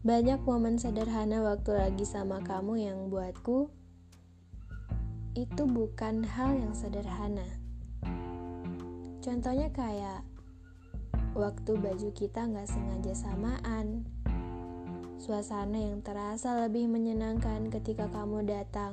Banyak momen sederhana waktu lagi sama kamu yang buatku itu bukan hal yang sederhana. Contohnya kayak waktu baju kita gak sengaja samaan. Suasana yang terasa lebih menyenangkan ketika kamu datang.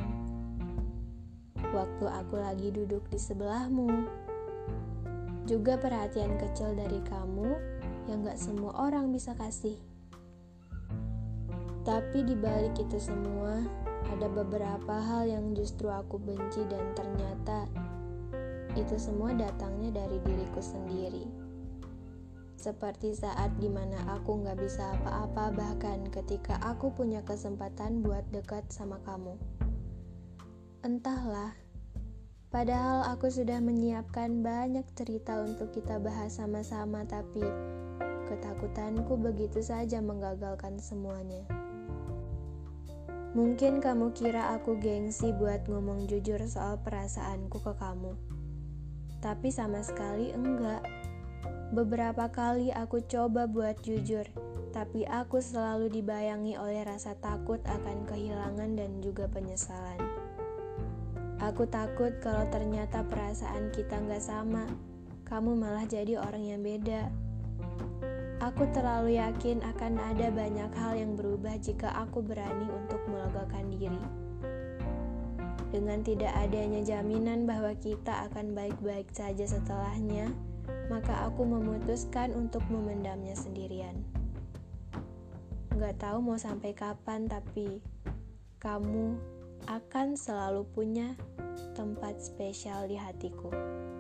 Waktu aku lagi duduk di sebelahmu. Juga perhatian kecil dari kamu yang gak semua orang bisa kasih. Tapi di balik itu semua, ada beberapa hal yang justru aku benci dan ternyata itu semua datangnya dari diriku sendiri. Seperti saat dimana aku gak bisa apa-apa bahkan ketika aku punya kesempatan buat dekat sama kamu. Entahlah, padahal aku sudah menyiapkan banyak cerita untuk kita bahas sama-sama, tapi ketakutanku begitu saja menggagalkan semuanya. Mungkin kamu kira aku gengsi buat ngomong jujur soal perasaanku ke kamu. Tapi sama sekali enggak. Beberapa kali aku coba buat jujur, tapi aku selalu dibayangi oleh rasa takut akan kehilangan dan juga penyesalan. Aku takut kalau ternyata perasaan kita gak sama, kamu malah jadi orang yang beda. Aku terlalu yakin akan ada banyak hal yang berubah jika aku berani untuk melegakan diri. Dengan tidak adanya jaminan bahwa kita akan baik-baik saja setelahnya, maka aku memutuskan untuk memendamnya sendirian. Gak tahu mau sampai kapan, tapi kamu akan selalu punya tempat spesial di hatiku.